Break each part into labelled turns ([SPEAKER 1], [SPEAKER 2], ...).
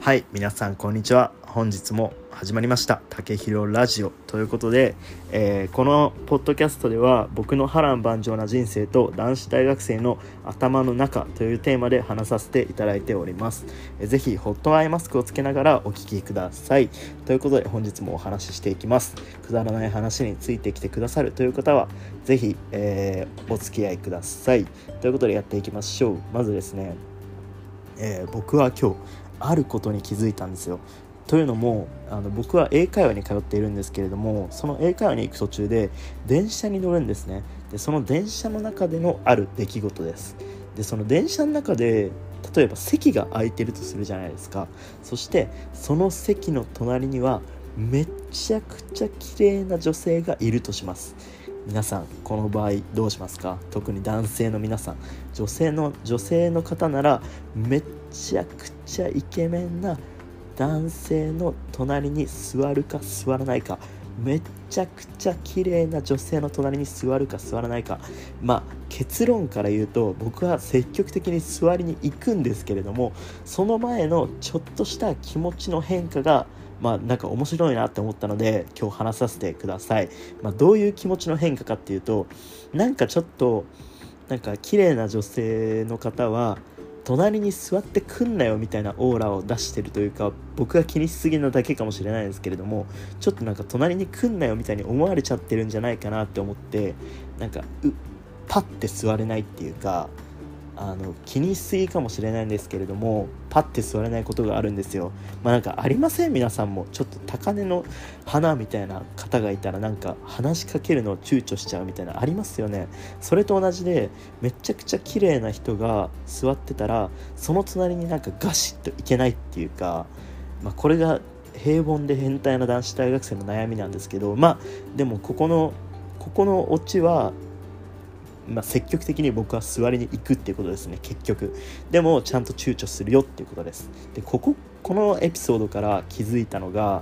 [SPEAKER 1] はい、皆さんこんにちは。本日も始まりました竹広ラジオということで、このポッドキャストでは僕の波乱万丈な人生と男子大学生の頭の中というテーマで話させていただいております。ぜひホットアイマスクをつけながらお聞きください。ということで本日もお話ししていきます。くだらない話についてきてくださるという方はぜひ、お付き合いください。ということでやっていきましょう。まずですね、僕は今日あることに気づいたんですよ。というのも僕は英会話に通っているんですけれども、その英会話に行く途中で電車に乗るんですね。でその電車の中でのある出来事です。でその電車の中で例えば席が空いてるとするじゃないですか。そしてその席の隣にはめちゃくちゃ綺麗な女性がいるとします。皆さんこの場合どうしますか？特に男性の皆さん、女性の方ならめちゃくちゃイケメンな男性の隣に座るか座らないか、めちゃくちゃ綺麗な女性の隣に座るか座らないか、結論から言うと僕は積極的に座りに行くんですけれども、その前のちょっとした気持ちの変化がなんか面白いなって思ったので今日話させてください。どういう気持ちの変化かっていうと、なんかちょっとなんか綺麗な女性の方は隣に座ってくんなよみたいなオーラを出してるというか、僕が気にしすぎなだけかもしれないですけれども、ちょっとなんか隣にくんなよみたいに思われちゃってるんじゃないかなって思って、なんかパッて座れないっていうか、気にしすぎかもしれないんですけれどもパッて座れないことがあるんですよ。なんかありません？皆さんもちょっと高嶺の花みたいな方がいたらなんか話しかけるのを躊躇しちゃうみたいなありますよね。それと同じでめちゃくちゃ綺麗な人が座ってたらその隣になんかガシッといけないっていうか、これが平凡で変態な男子大学生の悩みなんですけど、でもここのオチは積極的に僕は座りに行くっていうことですね。結局でもちゃんと躊躇するよっていうことです。でこのエピソードから気づいたのが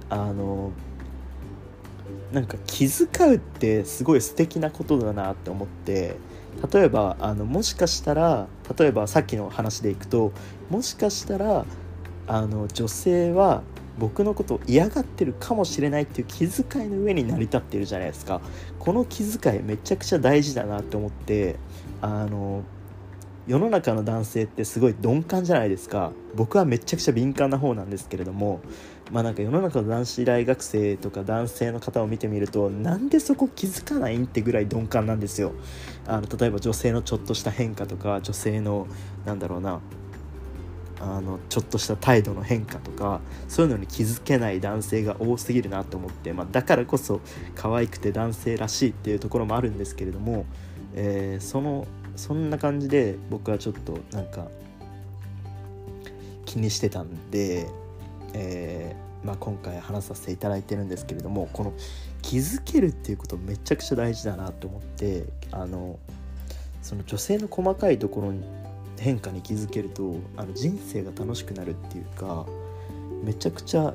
[SPEAKER 1] なんか気遣うってすごい素敵なことだなって思って、例えばもしかしたら例えばさっきの話でいくと、もしかしたら女性は僕のことを嫌がってるかもしれないっていう気遣いの上に成り立ってるじゃないですか。この気遣いめちゃくちゃ大事だなって思って、世の中の男性ってすごい鈍感じゃないですか。僕はめちゃくちゃ敏感な方なんですけれども、なんか世の中の男子大学生とか男性の方を見てみると、なんでそこ気づかないんってぐらい鈍感なんですよ。例えば女性のちょっとした変化とか、女性のちょっとした態度の変化とか、そういうのに気づけない男性が多すぎるなと思って、だからこそ可愛くて男性らしいっていうところもあるんですけれども、そんな感じで僕はちょっとなんか気にしてたんで、今回話させていただいてるんですけれども、この気づけるっていうことめちゃくちゃ大事だなと思って、その女性の細かいところに変化に気づけると人生が楽しくなるっていうか、めちゃくちゃ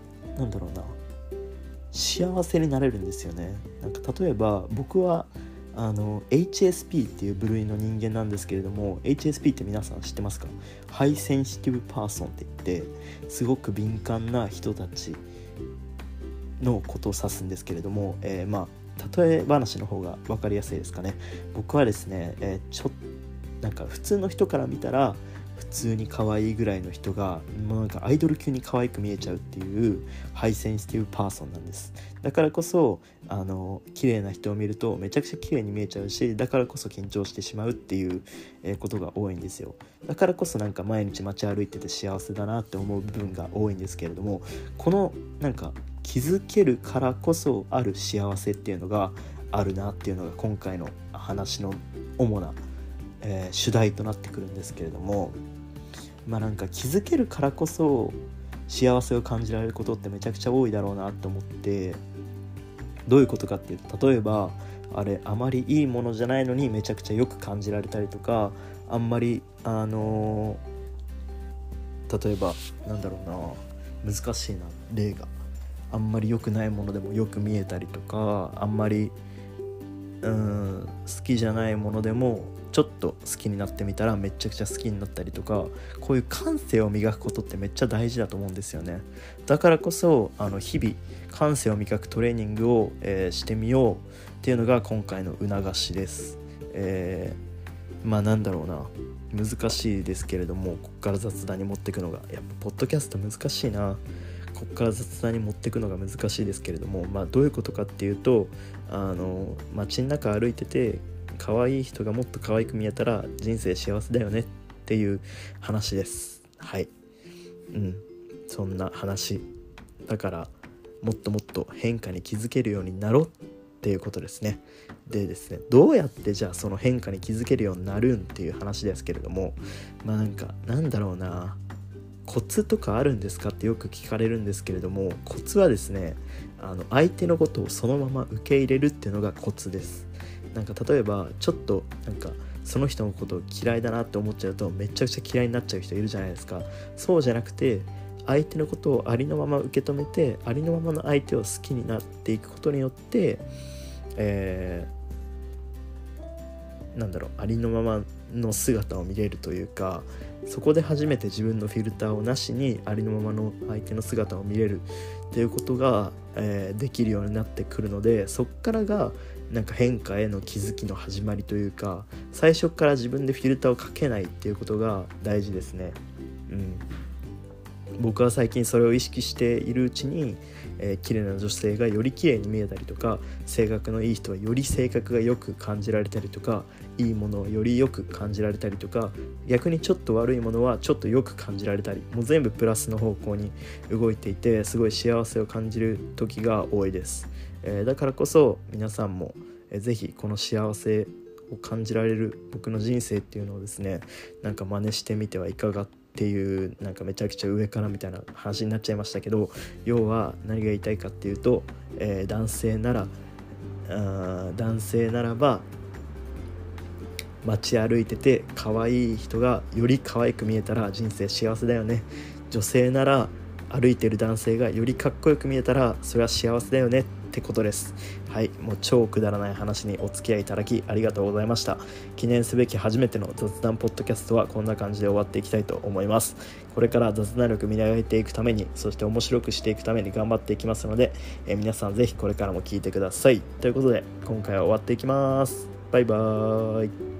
[SPEAKER 1] 幸せになれるんですよね。なんか例えば僕はHSP っていう部類の人間なんですけれども、 HSP って皆さん知ってますか？ハイセンシティブパーソンって言って、すごく敏感な人たちのことを指すんですけれども、例え話の方が分かりやすいですかね。僕はですね、なんか普通の人から見たら普通に可愛いぐらいの人がもうなんかアイドル級に可愛く見えちゃうっていうハイセンシティブパーソンなんです。だからこそ綺麗な人を見るとめちゃくちゃ綺麗に見えちゃうし、だからこそ緊張してしまうっていうことが多いんですよ。だからこそなんか毎日街歩いてて幸せだなって思う部分が多いんですけれども、このなんか気づけるからこそある幸せっていうのがあるなっていうのが今回の話の主な主題となってくるんですけれども、なんか気づけるからこそ幸せを感じられることってめちゃくちゃ多いだろうなと思って、どういうことかっていうと、例えばあまりいいものじゃないのにめちゃくちゃよく感じられたりとか、あんまり例えば難しいな例が、あんまり良くないものでもよく見えたりとか、あんまり好きじゃないものでもちょっと好きになってみたらめちゃくちゃ好きになったりとか、こういう感性を磨くことってめっちゃ大事だと思うんですよね。だからこそ日々感性を磨くトレーニングを、してみようっていうのが今回の促しです。なんだろうな、難しいですけれども、こっから雑談に持っていくのがやっぱポッドキャスト難しいな。こっから雑談に持っていくのが難しいですけれども、どういうことかっていうと、街の中歩いてて可愛い人がもっと可愛く見えたら人生幸せだよねっていう話です。はい、そんな話だから、もっともっと変化に気づけるようになろうっていうことですね。でですね、どうやってじゃあその変化に気づけるようになるんっていう話ですけれども、なんだろうな、コツとかあるんですかってよく聞かれるんですけれども、コツはですね、相手のことをそのまま受け入れるっていうのがコツです。例えばちょっとその人のことを嫌いだなって思っちゃうとめちゃくちゃ嫌いになっちゃう人いるじゃないですか。そうじゃなくて、相手のことをありのまま受け止めて、ありのままの相手を好きになっていくことによって、ありのままの姿を見れるというか、そこで初めて自分のフィルターをなしにありのままの相手の姿を見れるっていうことが、できるようになってくるので、そっからが変化への気づきの始まりというか、最初から自分でフィルターをかけないっていうことが大事ですね。僕は最近それを意識しているうちに、綺麗な女性がより綺麗に見えたりとか、性格のいい人はより性格がよく感じられたりとか、いいものをよりよく感じられたりとか、逆にちょっと悪いものはちょっとよく感じられたり、もう全部プラスの方向に動いていて、すごい幸せを感じる時が多いです。だからこそ皆さんも、ぜひこの幸せを感じられる僕の人生っていうのをですね、真似してみてはいかがっていう、めちゃくちゃ上からみたいな話になっちゃいましたけど、要は何が言いたいかっていうと、男性ならば街歩いてて可愛い人がより可愛く見えたら人生幸せだよね。女性なら歩いてる男性がよりかっこよく見えたらそれは幸せだよねってことです。はい、もう超くだらない話にお付き合いいただきありがとうございました。記念すべき初めての雑談ポッドキャストはこんな感じで終わっていきたいと思います。これから雑談力磨いていくために、そして面白くしていくために頑張っていきますので、皆さんぜひこれからも聞いてください。ということで今回は終わっていきます。バイバーイ。